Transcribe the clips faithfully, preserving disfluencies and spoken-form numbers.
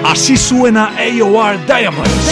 Así suena A O R Diamonds.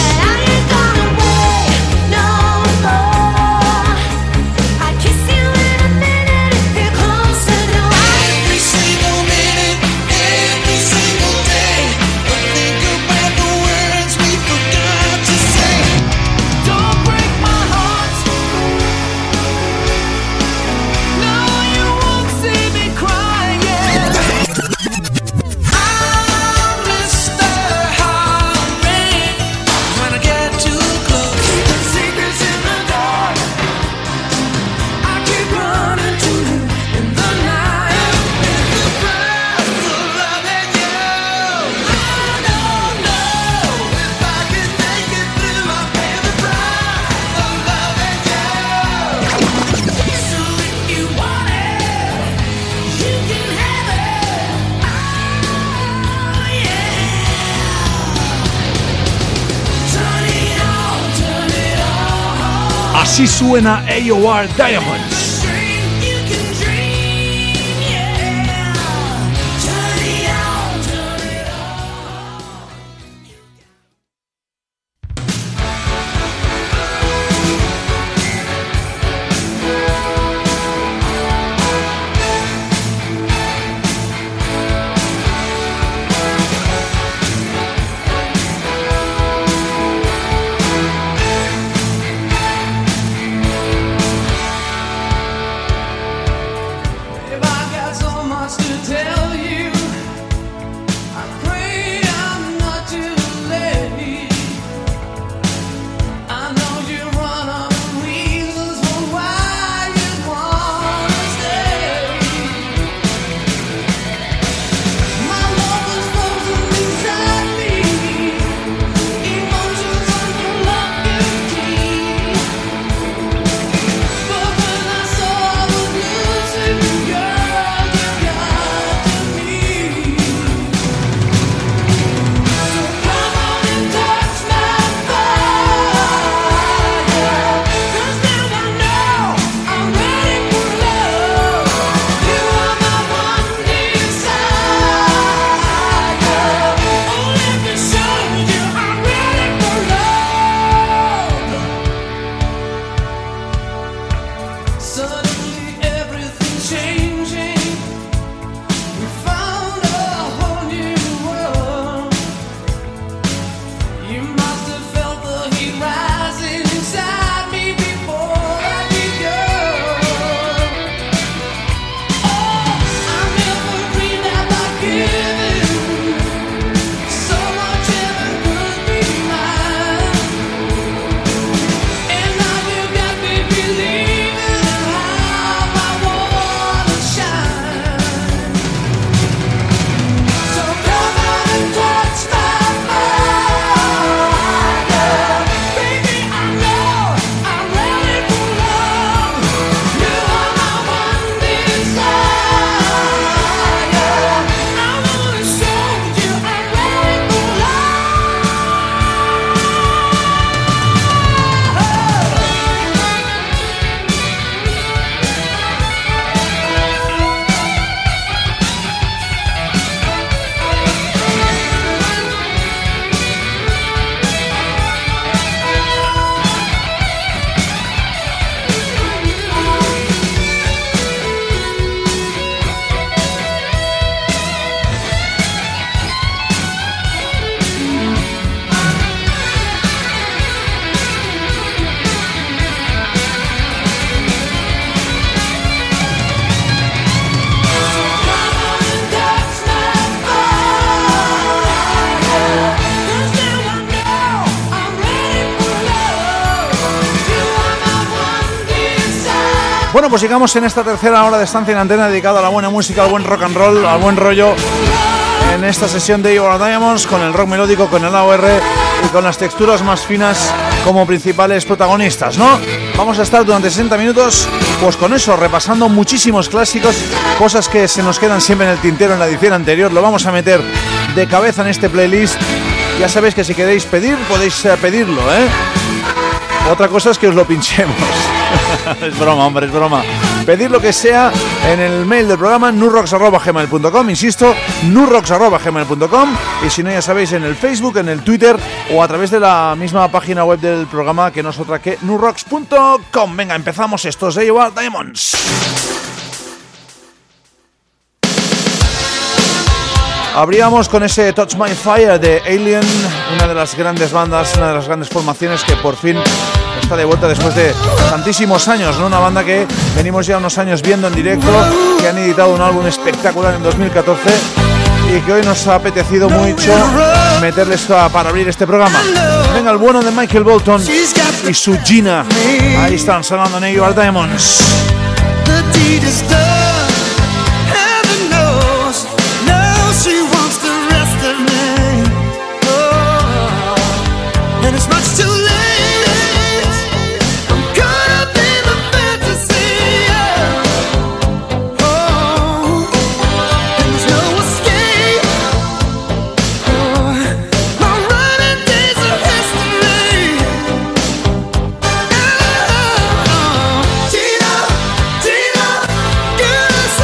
Así suena A O R Diamonds. Bueno, pues llegamos en esta tercera hora de estancia en antena dedicada a la buena música, al buen rock and roll, al buen rollo. En esta sesión de A O R Diamonds, con el rock melódico, con el A O R y con las texturas más finas como principales protagonistas, ¿no? Vamos a estar durante sesenta minutos, pues con eso, repasando muchísimos clásicos, cosas que se nos quedan siempre en el tintero en la edición anterior. Lo vamos a meter de cabeza en este playlist. Ya sabéis que si queréis pedir, podéis pedirlo, ¿eh? Otra cosa es que os lo pinchemos. Es broma, hombre, es broma. Pedir lo que sea en el mail del programa nurrocks arroba gmail punto com, insisto, nurrocks arroba gmail punto com, y si no, ya sabéis, en el Facebook, en el Twitter o a través de la misma página web del programa, que no es otra que nurrocks punto com. Venga, empezamos estos de Igual Diamonds. Abríamos con ese Touch My Fire de Alien, una de las grandes bandas, una de las grandes formaciones que por fin está de vuelta después de tantísimos años, ¿no? Una banda que venimos ya unos años viendo en directo, que han editado un álbum espectacular en dos mil catorce y que hoy nos ha apetecido mucho meterles a, para abrir este programa. Venga, el bueno de Michael Bolton y su Gina. Ahí están sonando en You Are Diamonds. Gina, Gina,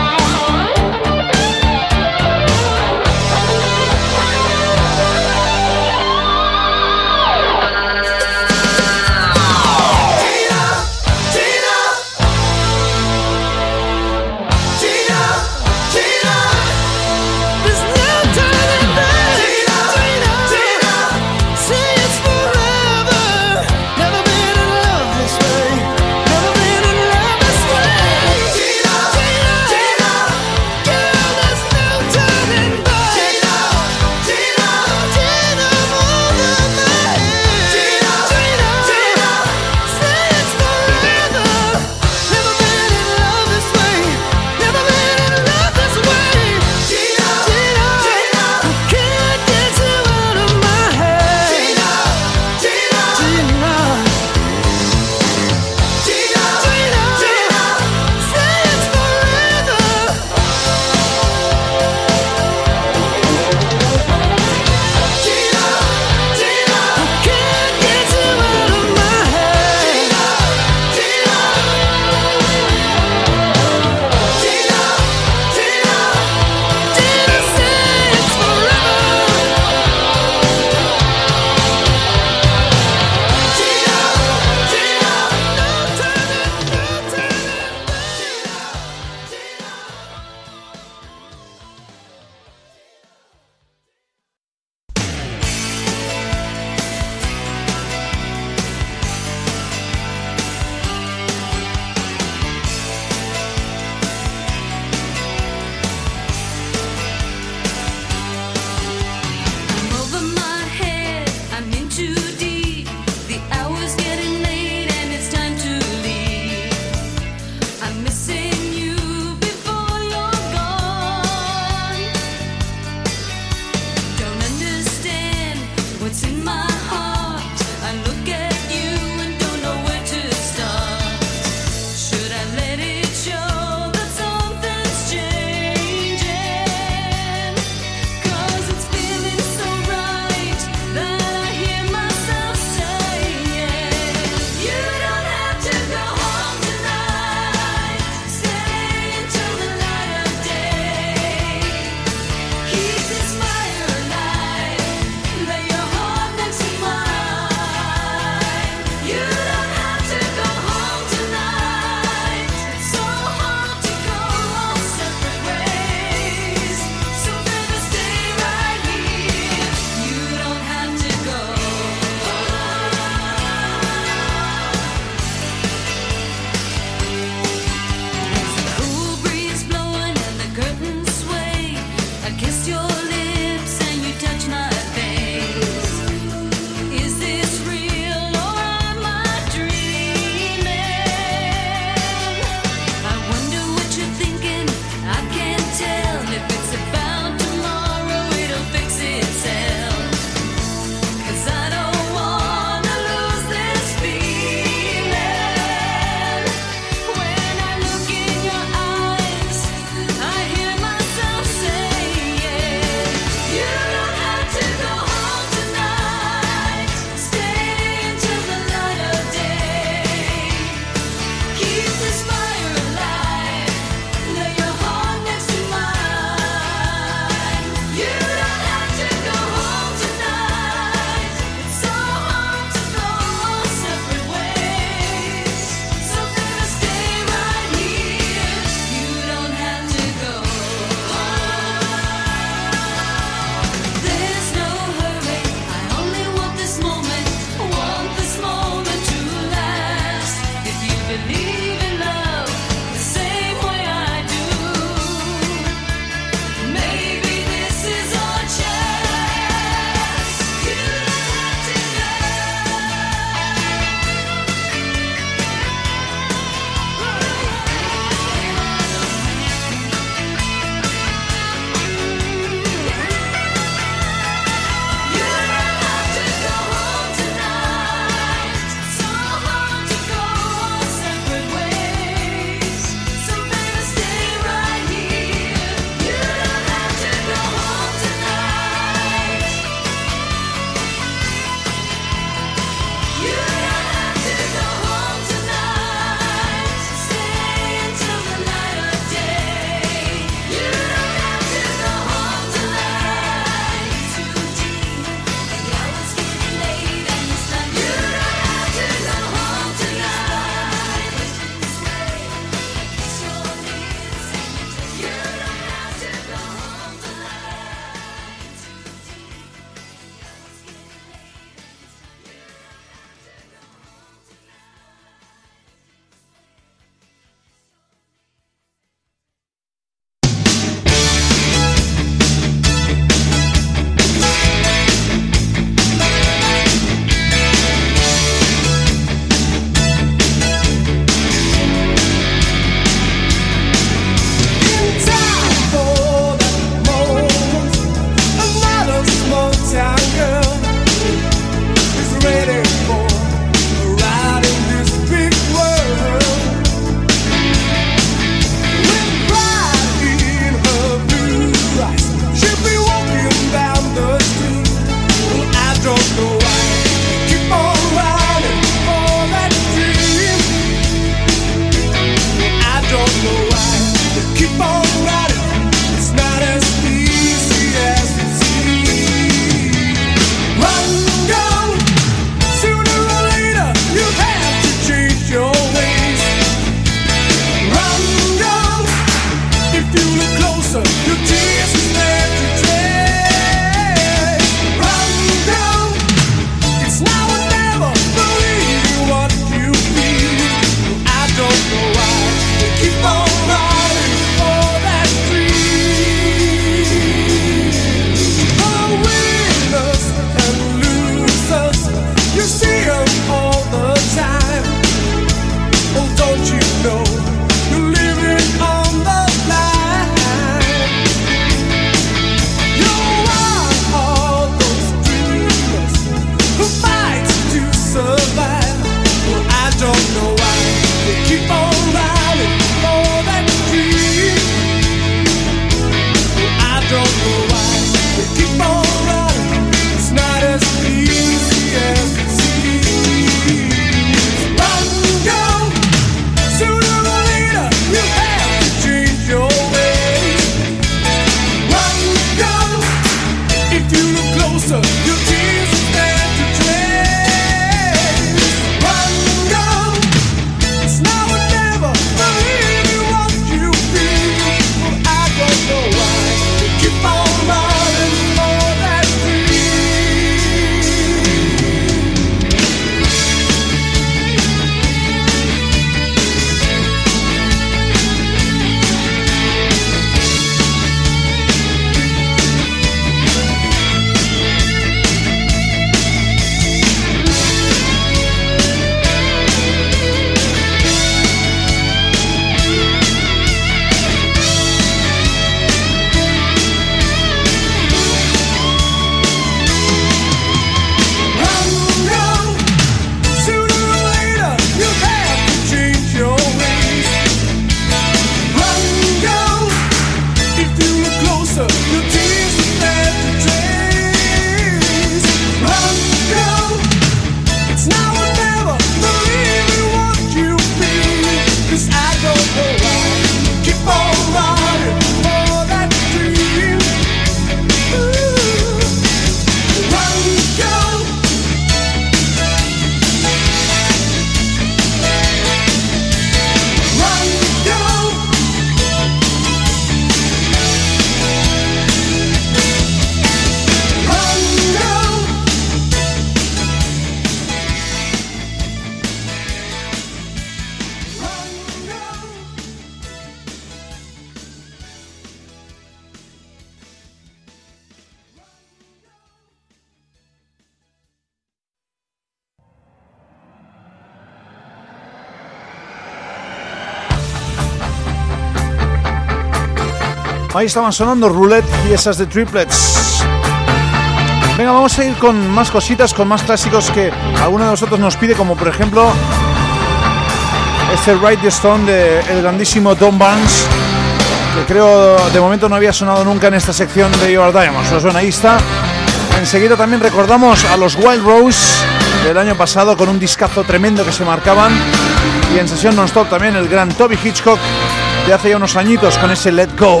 Ahí estaban sonando Roulette y esas de Triplets. Venga, vamos a ir con más cositas, con más clásicos que alguno de vosotros nos pide, como por ejemplo este Ride the Stone de el grandísimo Tom Barnes, que creo de momento no había sonado nunca en esta sección de You Are Diamonds. Lo suena, ahí está. Enseguida también recordamos a los Wild Rose del año pasado con un discazo tremendo que se marcaban, y en sesión non-stop también el gran Toby Hitchcock de hace ya unos añitos con ese Let Go.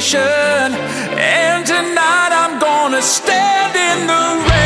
ocean, and tonight I'm gonna stand in the rain.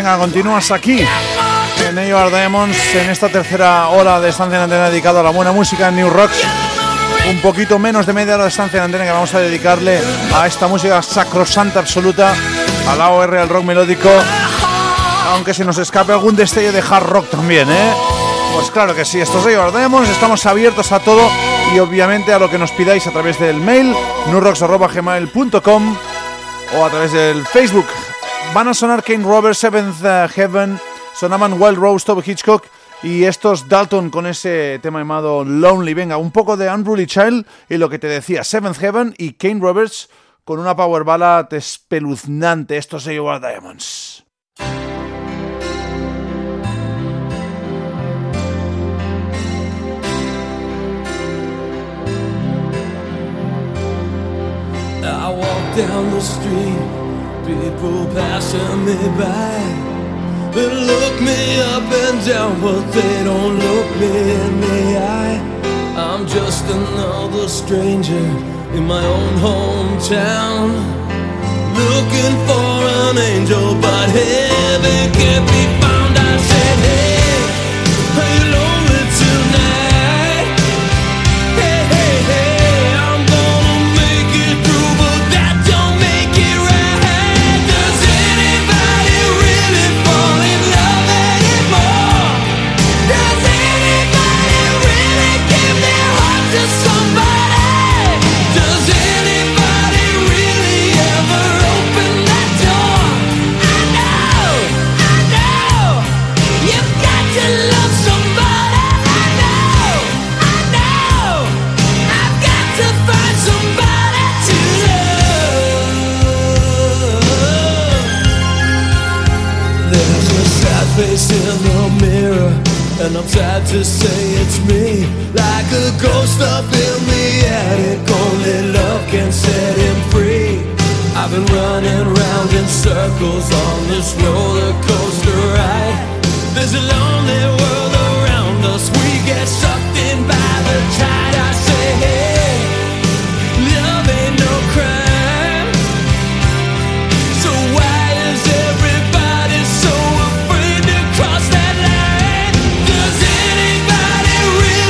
Venga, continúas aquí en A R Diamonds en esta tercera hora de estancia en antena dedicada a la buena música en New Rocks. Un poquito menos de media hora de estancia en antena que vamos a dedicarle a esta música sacrosanta absoluta, al A O R, al rock melódico, aunque se nos escape algún destello de hard rock también, ¿eh? Pues claro que sí, esto es A R Diamonds, estamos abiertos a todo y obviamente a lo que nos pidáis a través del mail newrocks arroba gmail punto com o a través del Facebook. Van a sonar Kane Roberts, Seventh Heaven, sonaban Wild Rose, Toby Hitchcock y estos Dalton con ese tema llamado Lonely. Venga, un poco de Unruly Child y lo que te decía, Seventh Heaven y Kane Roberts con una power ballad espeluznante. Esto es A R Diamonds. I walk down the street, people passing me by. They look me up and down, but they don't look me in the eye. I'm just another stranger in my own hometown, looking for an angel, but heaven can't be found. I said, hey, are you lonely tonight? Hey, hey, hey, I'm gonna make it through, but that don't make it right. Does anybody really fall in love anymore? Does anybody really give their heart to somebody? Does anybody really ever open that door? I know, I know, you've got to love somebody. I know, I know, I've got to find somebody to love. There's a sad face in the mirror, and I'm sad to say it's me. Like a ghost up in the attic, only love can set him free. I've been running round in circles on this roller coaster ride. There's a lonely world around us, we get sucked in by the tide. I say, hey, love ain't no crime, so why is everybody so afraid to cross that line? Does anybody really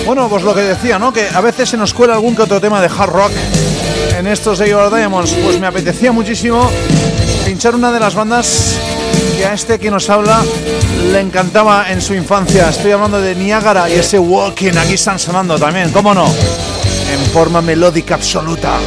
Bueno, pues lo que decía, ¿no? Que a veces se nos cuela algún que otro tema de hard rock en estos Day or Diamonds. Pues me apetecía muchísimo pinchar una de las bandas que a este que nos habla le encantaba en su infancia. Estoy hablando de Niagara y ese Walking. Aquí están sonando también, ¿cómo no? En forma melódica absoluta.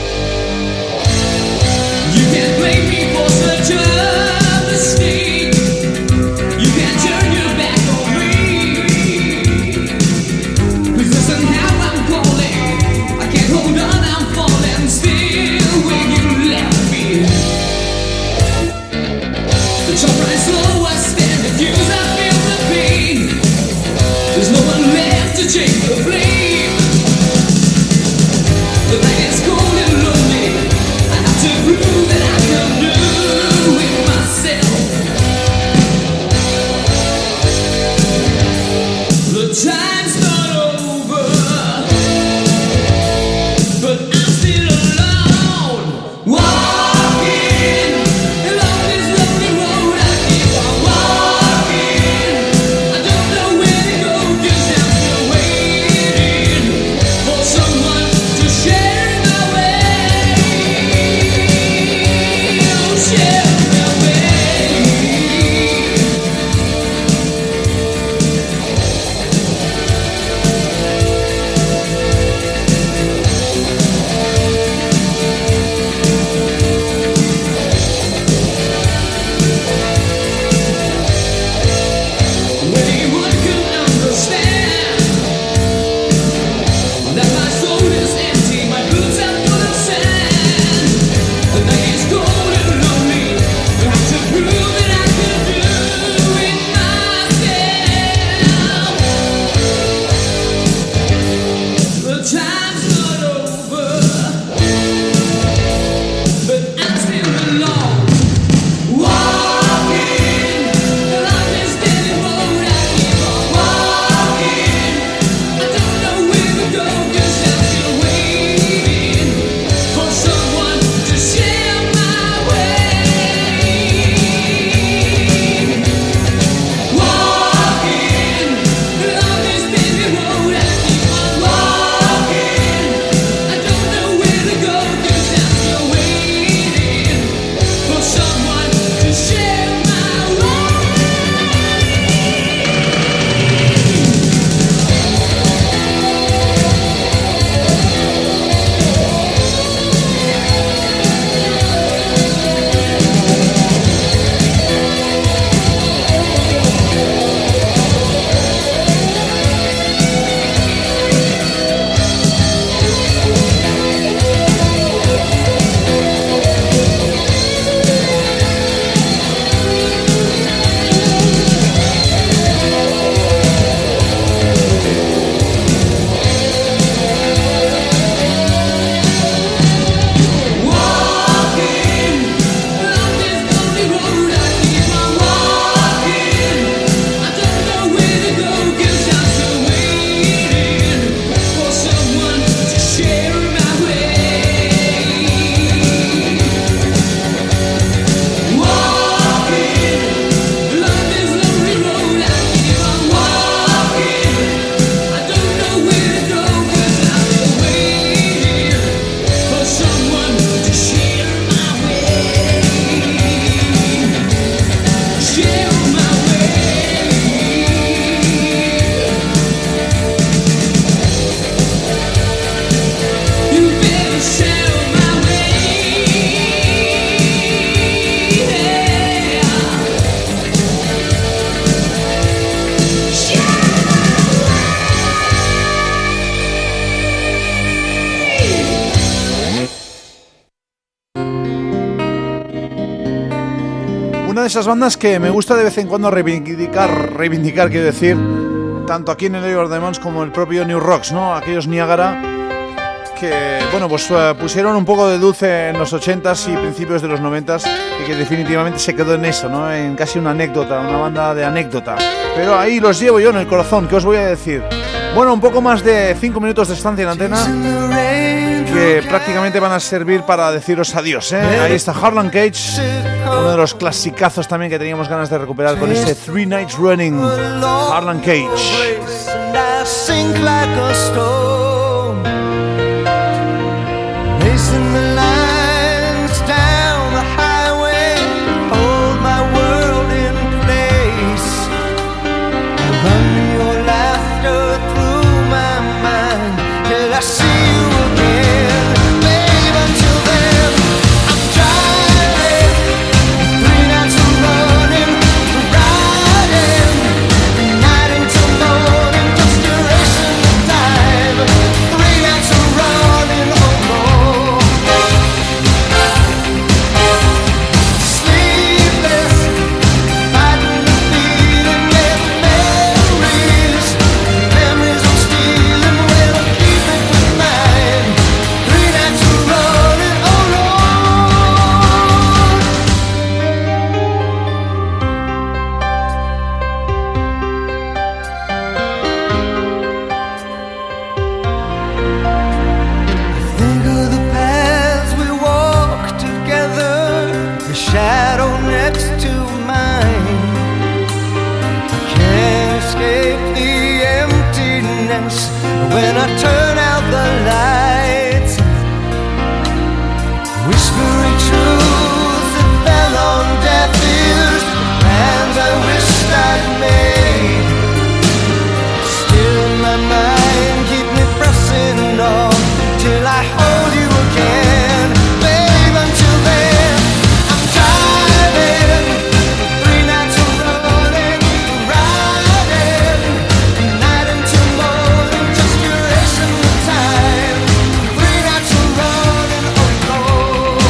Esas bandas que me gusta de vez en cuando reivindicar, reivindicar quiero decir, tanto aquí en el Day or Diamonds como el propio New Rocks, ¿no? Aquellos Niagara que, bueno, pues uh, pusieron un poco de dulce en los ochentas y principios de los noventas y que definitivamente se quedó en eso, ¿no? En casi una anécdota, una banda de anécdota. Pero ahí los llevo yo en el corazón, ¿qué os voy a decir? Bueno, un poco más de cinco minutos de estancia en antena que prácticamente van a servir para deciros adiós, ¿eh? Ahí está Harlan Cage, uno de los clasicazos también que teníamos ganas de recuperar con este Three Nights Running. Harlan Cage. and I sink like a stone. Racing the lines down the highway, hold my world in place. I run your laughter through my mind till I see you again. Babe, until then, I'm driving, three nights of running, riding, night until morning, just erasing the time. Three nights of running, oh Lord. Sleepless, fighting the feeling, yeah, memories, memories I'm stealing, well, I'll keep it with mine. Three nights of running, oh Lord. Think of the paths we walk together, the shadow next to mine. Can't escape the emptiness when I turn out the lights. Whispering truths that fell on deaf ears, plans I wished I'd made. Still in my mind, keep me pressing on till I hold you again. Babe, until then, I'm driving, three nights of running, riding, night until morning, just erasing the time. Three nights of running, oh Lord.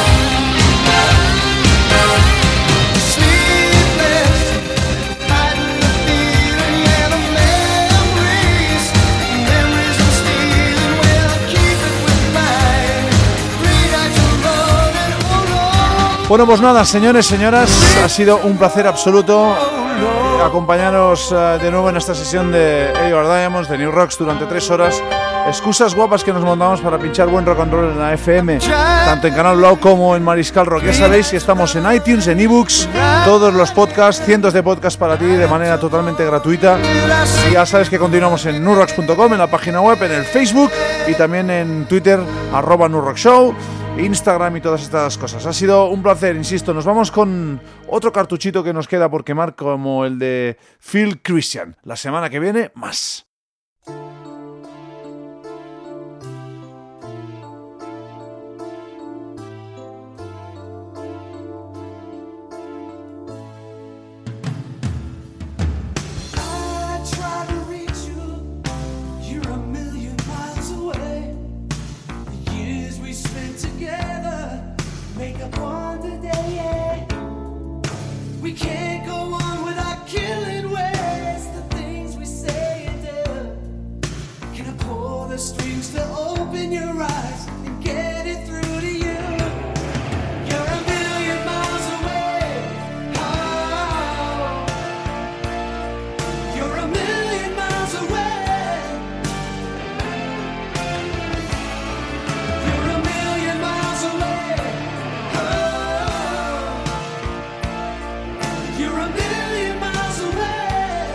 Sleepless, fighting the feeling, yeah, the memories, memories I'm stealing, well, I'll keep it with mine. Three nights of running, oh Lord. Bueno, pues nada, señores, señoras, ha sido un placer absoluto acompañaros eh, de nuevo en esta sesión de A O R Diamonds, de New Rocks, durante tres horas. Excusas guapas que nos montamos para pinchar buen rock and roll en la F M, tanto en Canal Blau como en Mariscal Rock. Ya sabéis que estamos en iTunes, en ebooks, todos los podcasts, cientos de podcasts para ti de manera totalmente gratuita. Y ya sabes que continuamos en new rocks punto com, en la página web, en el Facebook y también en Twitter, arroba New Rock Show, Instagram y todas estas cosas. Ha sido un placer, insisto. Nos vamos con otro cartuchito que nos queda por quemar, como el de Phil Christian. La semana que viene, más. I try to reach you, you're a million miles away. The years we spent together make up one today, yeah. We can't go on without killing ways the things we say and do. Can I pull the strings to open your eyes and get it through to you? You're a million miles away. Oh, you're a million miles away. You're a million miles away. Oh, you're a million miles away.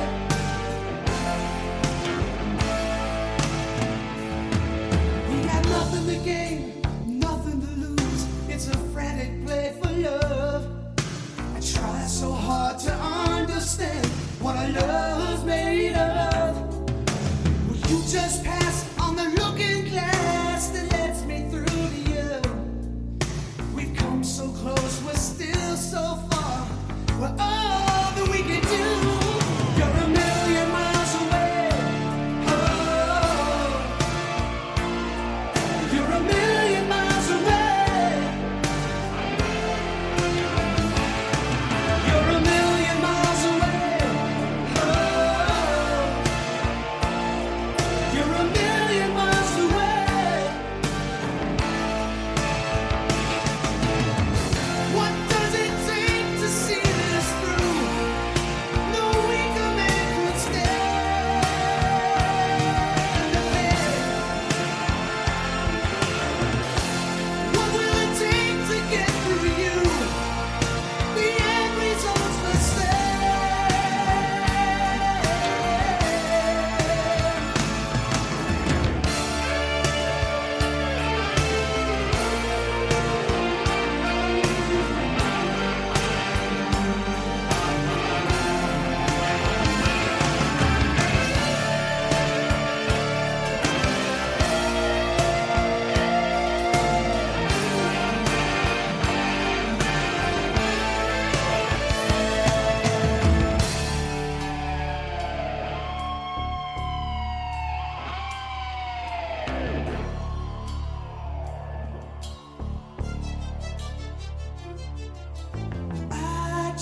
We got nothing to gain, nothing to lose. It's a frantic play for love. I try so hard to understand what our love's made of. Will you just pass on the looking glass that lets me through to you? We've come so close, we're still so far. We're all that we can do. You're a million miles away. Oh, you're a million miles away. You're a million miles away. Oh, you're a million miles away. What does it take to see this through?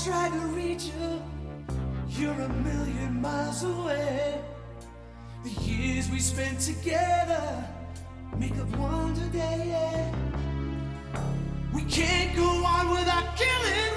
try to reach you, you're a million miles away. The years we spent together make up one today, yeah. We can't go on without killing